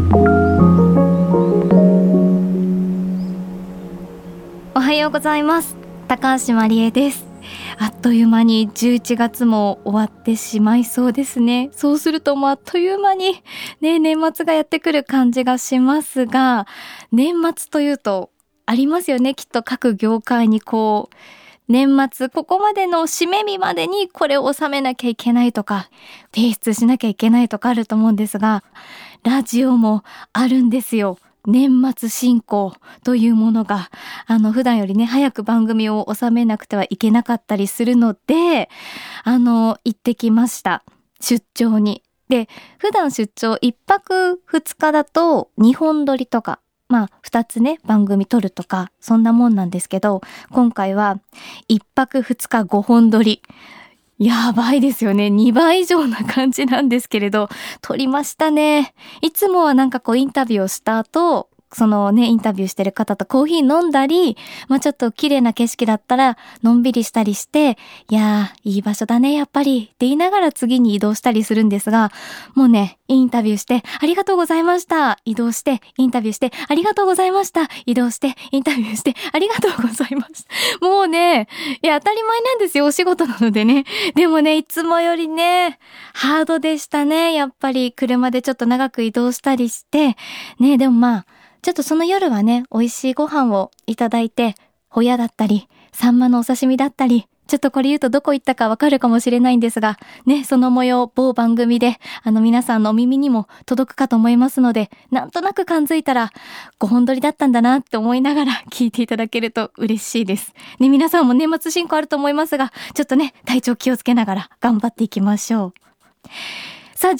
おはようございます。高橋まりえです。あっという間に11月も終わってしまいそうですね。そうするともうあっという間にね、年末がやってくる感じがしますが、年末というとありますよね。きっと各業界にこう年末ここまでの締め日までにこれを収めなきゃいけないとか提出しなきゃいけないとかあると思うんですが、ラジオもあるんですよ。年末進行というものが普段よりね早く番組を収めなくてはいけなかったりするので行ってきました。出張に。で普段出張1泊2日だと2本撮りとか2つね番組撮るとかそんなもんなんですけど、今回は1泊2日5本撮り。やばいですよね。2倍以上な感じなんですけれど、撮りましたね。いつもはなんかこうインタビューをした後、そのねインタビューしてる方とコーヒー飲んだり、ちょっと綺麗な景色だったらのんびりしたりして、いやーいい場所だねやっぱりって言いながら次に移動したりするんですが、もうねインタビューしてありがとうございました、移動してインタビューしてありがとうございました、移動してインタビューしてありがとうございました。もうね当たり前なんですよ、お仕事なのでね。でもねいつもよりねハードでしたね。やっぱり車でちょっと長く移動したりしてね。でもちょっとその夜はね美味しいご飯をいただいて、ホヤだったりサンマのお刺身だったり、ちょっとこれ言うとどこ行ったかわかるかもしれないんですがね、その模様某番組で皆さんのお耳にも届くかと思いますので、なんとなく感づいたら5本撮りだったんだなって思いながら聞いていただけると嬉しいですね。皆さんも年末進行あると思いますが、ちょっとね体調気をつけながら頑張っていきましょう。さあ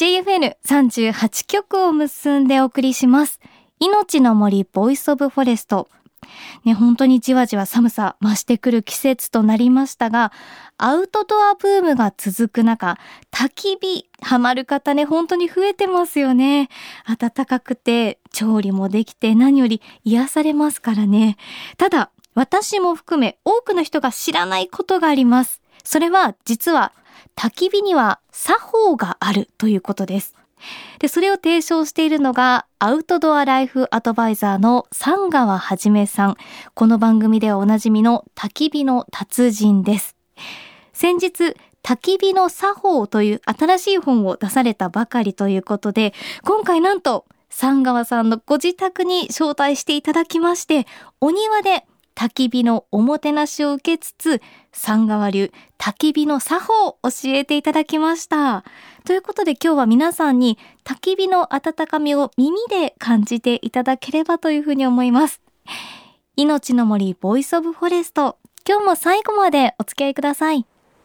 JFN38 曲を結んでお送りします。命の森ボイスオブフォレストね、本当にじわじわ寒さ増してくる季節となりましたが、アウトドアブームが続く中、焚き火ハマる方ね本当に増えてますよね。暖かくて調理もできて何より癒されますからね。ただ私も含め多くの人が知らないことがあります。それは実は焚き火には作法があるということです。でそれを提唱しているのがアウトドアライフアドバイザーの三川はじめさん。この番組ではおなじみの焚き火の達人です。先日焚き火の作法という新しい本を出されたばかりということで、今回なんと三川さんのご自宅に招待していただきまして、お庭で焚き火のおもてなしを受けつつ、三川流焚き火の作法を教えていただきました。ということで今日は皆さんに焚き火の温かみを耳で感じていただければというふうに思います。命の森ボイスオブフォレスト、今日も最後までお付き合いください。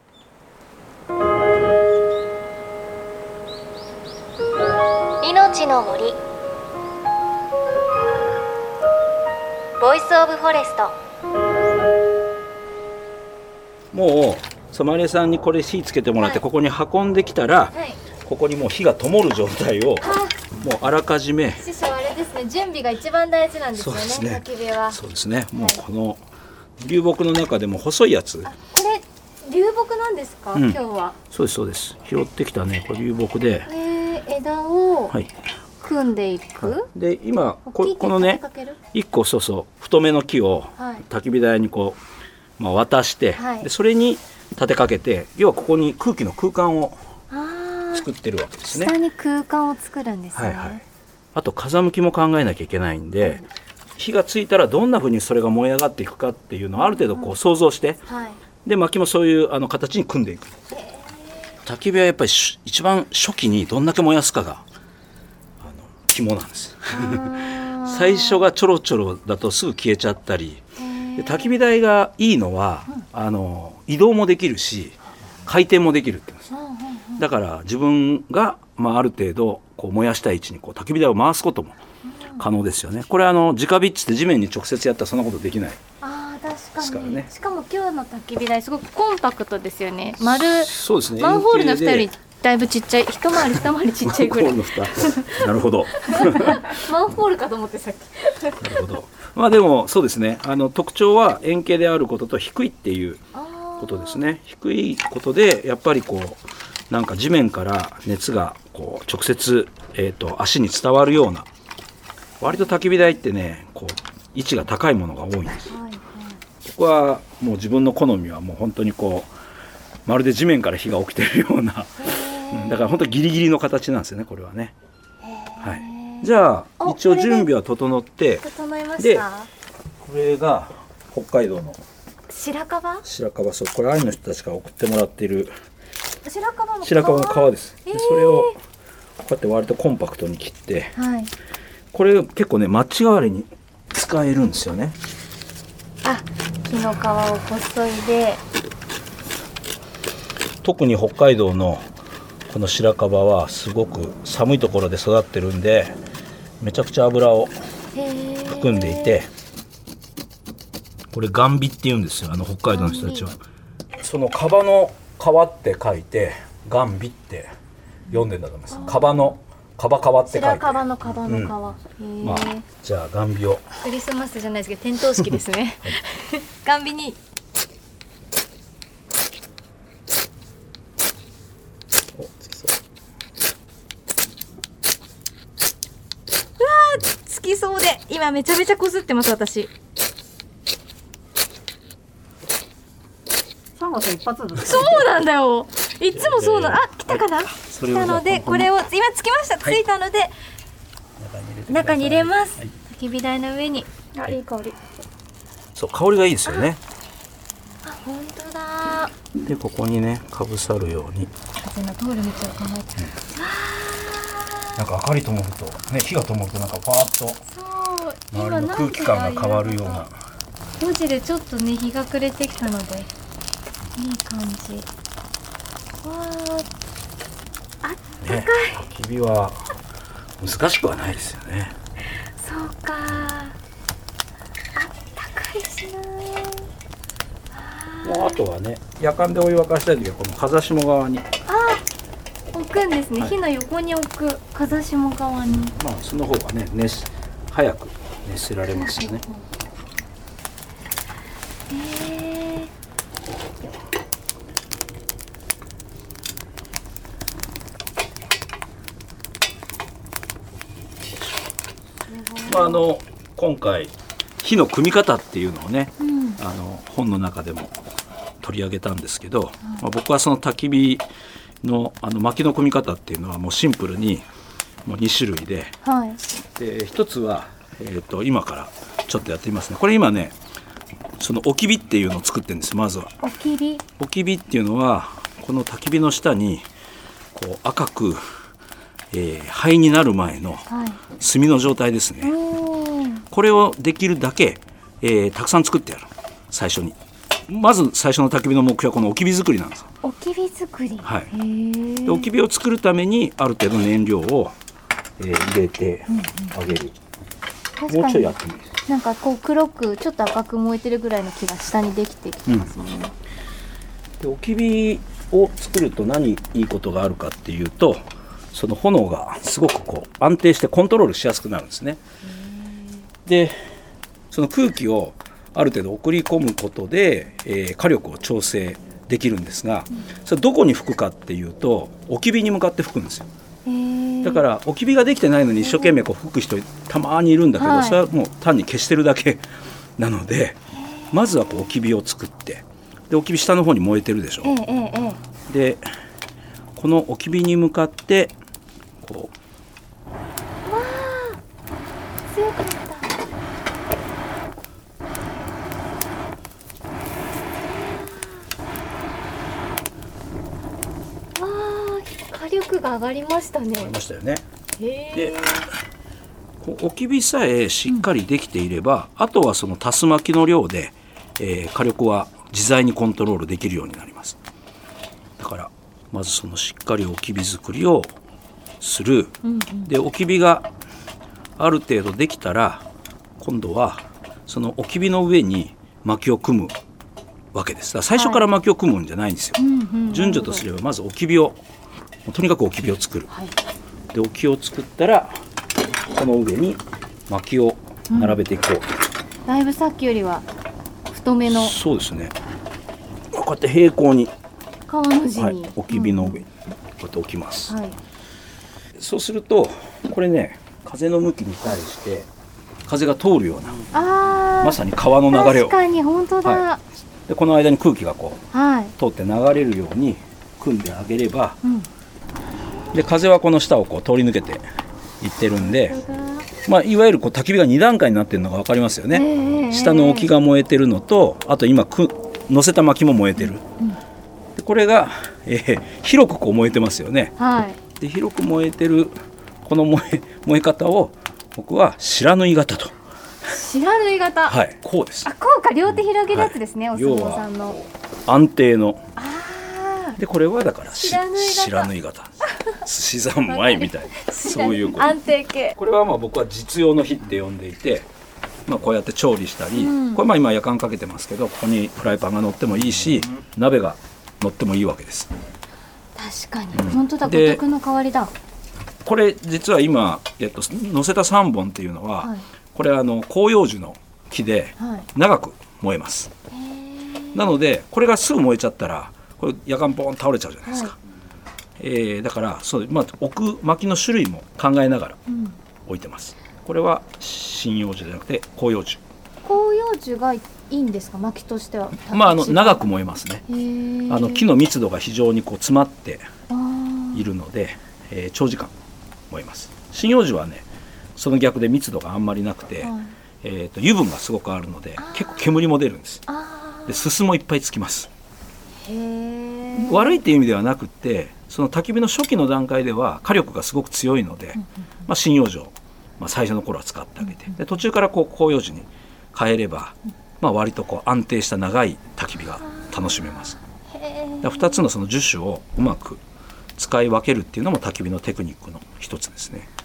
命の森ボイスオブフォレスト。 もうソマリエさんにこれ火つけてもらって、ここに運んできたら、ここにもう火が灯る状態をもうあらかじめ。 師匠あれですね、準備が一番大事なんですよね。 そうですね、 焚き火はそうですね、もうこの流木の中でも細いやつ。 これ流木なんですか、今日は。そうですそうです。拾ってきたね、これ流木で、 枝を組んでいく、 で今このね1個太めの木を焚き火台にこう、渡して、でそれに立てかけて、要はここに空間を作ってるわけですね。 下に空間を作るんですね。 あと風向きも考えなきゃいけないんで、火がついたらどんな風にそれが燃え上がっていくかっていうのをある程度こう想像して、で薪もそういう形に組んでいく。焚き火はやっぱり一番初期にどんだけ燃やすかが肝なんです最初がちょろちょろだとすぐ消えちゃったりで、焚き火台がいいのは、移動もできるし回転もできるって言うんです。だから自分が、ある程度こう燃やしたい位置にこう焚き火台を回すことも可能ですよね。これ直火っつって地面に直接やったらそんなことできないですからね。 しかも今日の焚き火台すごくコンパクトですよね。 そうですね、 マンホールの蓋よりだいぶちっちゃい、一回り二回りちっちゃいぐらい。 マンホールの蓋なるほどマンホールかと思ってさっきなるほど。でもそうですね、特徴は円形であることと低いっていうことですね。低いことでやっぱりこうなんか地面から熱がこう直接、足に伝わるような割と焚き火台ってねこう位置が高いものが多いんです、ここはもう自分の好みはもう本当にこうまるで地面から火が起きてるような、だから本当ギリギリの形なんですよねこれはね。はい、じゃあ一応準備は整って整いました。 でこれが北海道の白樺、 そうこれアイヌの人たちから送ってもらっている白樺の皮です、でそれをこうやって割とコンパクトに切って、これ結構ねマッチ代わりに使えるんですよね。 木の皮をこそいで、 特に北海道のこの白樺はすごく寒いところで育ってるんでめちゃくちゃ油を含んでいて、これガンビって言うんですよ北海道の人たちは。その樺の皮って書いてガンビって読んでんだと思います。樺って書いて白樺の皮の皮、 じゃあガンビをクリスマスじゃないですけど点灯式ですねガンビにつきそうで今めちゃめちゃこすってます私。 3月一発ずつ。 そうなんだよ、いつもそうなの。来たかな、来たのでこれを今つきました、ついたので中に入れます。焚き火台の上に。いい香り。 そう香りがいいですよね。 本当だ。 でここにねかぶさるように風の通る道を考えて、 なんか明かり灯るとね火が灯るとなんかパーッと周りの空気感が変わるような。 路地でちょっとね日が暮れてきたのでいい感じ。あったかい。 焚き火は難しくはないですよね。 そうか。あったかいしな。 もうあとはね夜間でお湯沸かしたい時はこの風下側に置くんですね、火の横に置く風下側に。 その方がね早く熱せられますよね。今回火の組み方っていうのをね、本の中でも取り上げたんですけど、僕はその焚き火の薪の組み方っていうのはもうシンプルにもう2種類で、で一つは、今からちょっとやってみますね。これ今ねその置き火っていうのを作ってるんです。まずは置き火っていうのはこの焚き火の下にこう赤く、灰になる前の炭の状態ですね。これをできるだけ、たくさん作ってやる。最初にまず最初の焚き火の目標はこの置き火作りなんです。 置き火作り、 で置き火を作るためにある程度燃料を、入れてあげる。もうちょいやってみる。 なんかこう黒くちょっと赤く燃えてるぐらいの木が下にできてきてますもんね。 で置き火を作ると何いいことがあるかっていうと、その炎がすごくこう安定してコントロールしやすくなるんですね。でその空気をある程度送り込むことで、火力を調整できるんですが、それどこに吹くかっていうと置き火に向かって吹くんですよ。だから置き火ができてないのに一生懸命こう吹く人たまにいるんだけど、それはもう単に消してるだけなので、まずはこう置き火を作って、で置き火下の方に燃えてるでしょ、でこの置き火に向かってこうわー強かった。火力が上がりましたね。 上がりましたよね。で置き火さえしっかりできていれば、あとはそのタス巻きの量で、火力は自在にコントロールできるようになります。だからまずそのしっかり置き火作りをする、で置き火がある程度できたら今度はその置き火の上に薪を組むわけです。だから最初から薪を組むんじゃないんですよ。順序とすればまず置き火をとにかく置き火を作る、で置き火を作ったらこの上に薪を並べていこう、 だいぶさっきよりは太めの。 そうですね。こうやって平行に川の字に、 置き火の上にこうやって置きます、そうするとこれね風の向きに対して風が通るような、まさに川の流れを、 確かに本当だ、 はい、でこの間に空気がこう、 はい、 通って流れるように組んであげれば、で風はこの下をこう通り抜けていってるんで、いわゆるこう焚き火が2段階になってるのが分かりますよね、下の沖が燃えてるのと、あと今乗せた薪も燃えてる、でこれが、広くこう燃えてますよね、はい、で広く燃えてるこの燃え方を僕は白縫い型と。 白縫い型、 はい、こうです。 こうか、両手広げるやつですね、はい、お相撲さんの安定の。でこれはだから白縫い型寿司三昧みたいなそういう安定系。 これは僕は実用の火って呼んでいて、こうやって調理したり、これ今夜間かけてますけど、ここにフライパンが乗ってもいいし、鍋が乗ってもいいわけです。 確かに、本当だ、五徳の代わりだ。 これ実は今、乗せた3本っていうのは、はい、これ広葉樹の木で長く燃えます、はい、なのでこれがすぐ燃えちゃったらこれ夜間ポン倒れちゃうじゃないですか、はい、だから置く薪の種類も考えながら置いてます、これは針葉樹じゃなくて広葉樹。 広葉樹がいいんですか、薪としては。 長く燃えますね。木の密度が非常にこう詰まっているので、長時間燃えます。針葉樹はねその逆で密度があんまりなくて、油分がすごくあるので結構煙も出るんです。で、すすもいっぱいつきます。悪いっていう意味ではなくて、その焚き火の初期の段階では火力がすごく強いので、針葉樹を、最初の頃は使ってあげて、で途中からこう広葉樹に変えれば、割とこう安定した長い焚き火が楽しめます。2つのその樹種をうまく使い分けるっていうのも焚き火のテクニックの一つですね。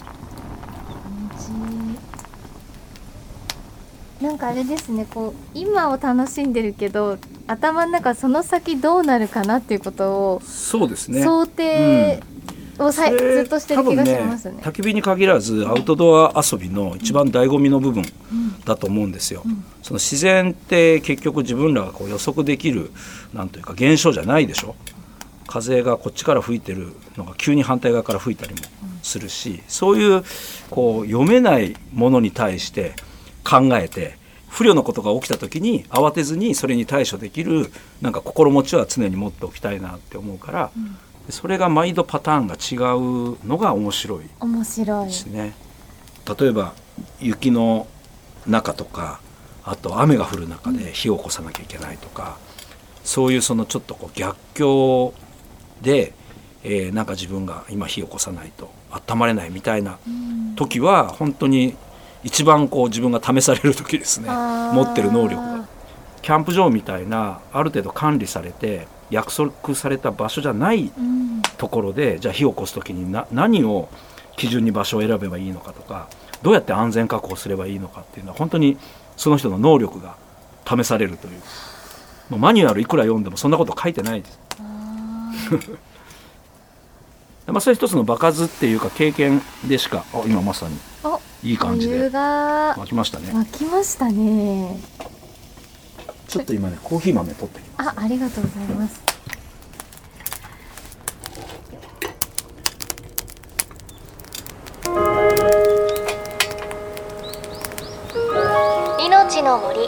なんかあれですね、こう今を楽しんでるけど頭の中その先どうなるかなっていうことをそうですね、 想定をずっとしてる気がしますね。 焚き火に限らずアウトドア遊びの一番醍醐味の部分だと思うんですよ、その自然って結局自分らがこう予測できるなんというか現象じゃないでしょ。風がこっちから吹いてるのが急に反対側から吹いたりもするし、そういうこう読めないものに対して考えて不慮のことが起きた時に慌てずにそれに対処できるなんか心持ちは常に持っておきたいなって思うから、それが毎度パターンが違うのが面白いですね。例えば雪の中とか、あと雨が降る中で火を起こさなきゃいけないとか、そういうそのちょっとこう逆境で、なんか自分が今火を起こさないと温まれないみたいな時は本当に一番こう自分が試される時ですね。持ってる能力がキャンプ場みたいなある程度管理されて約束された場所じゃないところで、じゃあ火を起こす時に何を基準に場所を選べばいいのかとか、どうやって安全確保すればいいのかっていうのは本当にその人の能力が試されるという。もうマニュアルいくら読んでもそんなこと書いてないですそれ一つの場数っていうか経験でしか。今まさにいい感じで沸きましたね。 沸きましたね。 ちょっと今ねコーヒー豆取ってきます。 ありがとうございます。命の森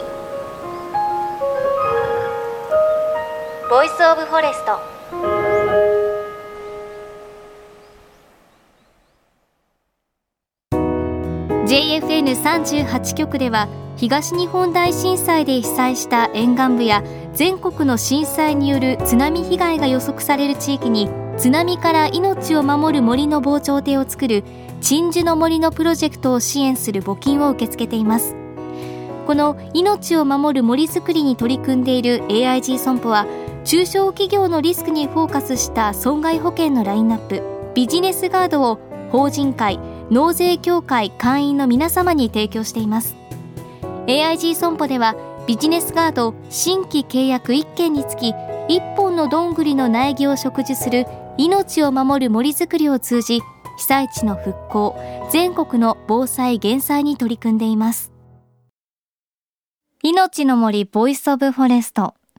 ボイスオブフォレスト。JFN38 局では東日本大震災で被災した沿岸部や全国の震災による津波被害が予測される地域に津波から命を守る森の防潮堤を作る鎮守の森のプロジェクトを支援する募金を受け付けています。この命を守る森づくりに取り組んでいる AIG 損保は中小企業のリスクにフォーカスした損害保険のラインナップビジネスガードを法人会納税協会会員の皆様に提供しています。 AIG 損保ではビジネスガード新規契約1件につき1本のどんぐりの苗木を植樹する命を守る森づくりを通じ、被災地の復興、全国の防災減災に取り組んでいます。命の森ボイスオブフォレスト。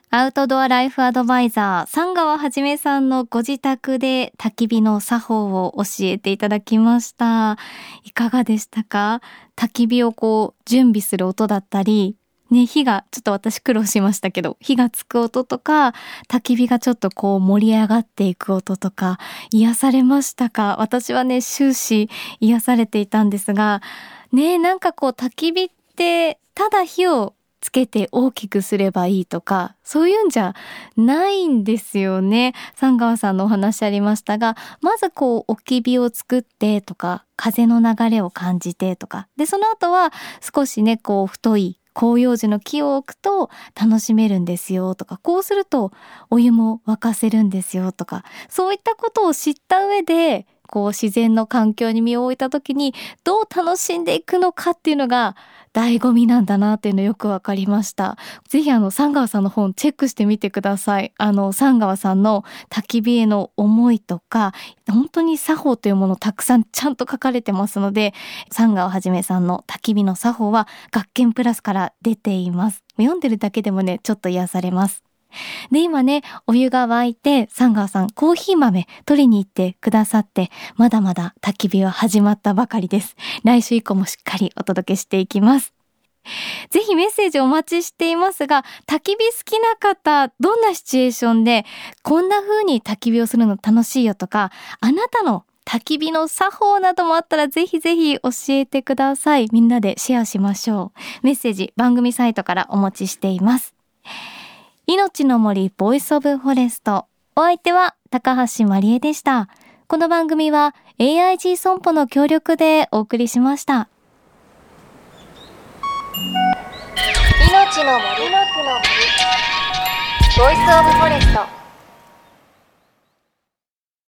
アウトドアライフアドバイザー三川はじめさんのご自宅で焚き火の作法を教えていただきました。いかがでしたか？焚き火を準備する音だったりね、火がちょっと私苦労しましたけど、火がつく音とか焚き火がちょっと盛り上がっていく音とか癒されましたか？私はね、終始癒されていたんですがね、なんか焚き火ってただ火をつけて大きくすればいいとかそういうんじゃないんですよね。三川さんのお話ありましたが、まず置き火を作ってとか、風の流れを感じてとかで、その後は少しね太い広葉樹の木を置くと楽しめるんですよとか、こうするとお湯も沸かせるんですよとか、そういったことを知った上で自然の環境に身を置いた時にどう楽しんでいくのかっていうのが醍醐味なんだなっていうのよくわかりました。ぜひ三川さんの本チェックしてみてください。三川さんの焚き火への思いとか本当に作法というものたくさんちゃんと書かれてますので、三川はじめさんの焚き火の作法は学研プラスから出ています。読んでるだけでもねちょっと癒されます。で今ねお湯が沸いて三川さんコーヒー豆取りに行ってくださって、まだまだ焚き火は始まったばかりです。来週以降もしっかりお届けしていきます。ぜひメッセージお待ちしていますが、焚き火好きな方、どんなシチュエーションでこんな風に焚き火をするの楽しいよとか、あなたの焚き火の作法などもあったらぜひぜひ教えてください。みんなでシェアしましょう。メッセージ番組サイトからお待ちしています。命の森ボイスオブフォレスト。お相手は高橋まりえでした。この番組は AIG 損保の協力でお送りしました。 命の森ボイスオブフォレスト。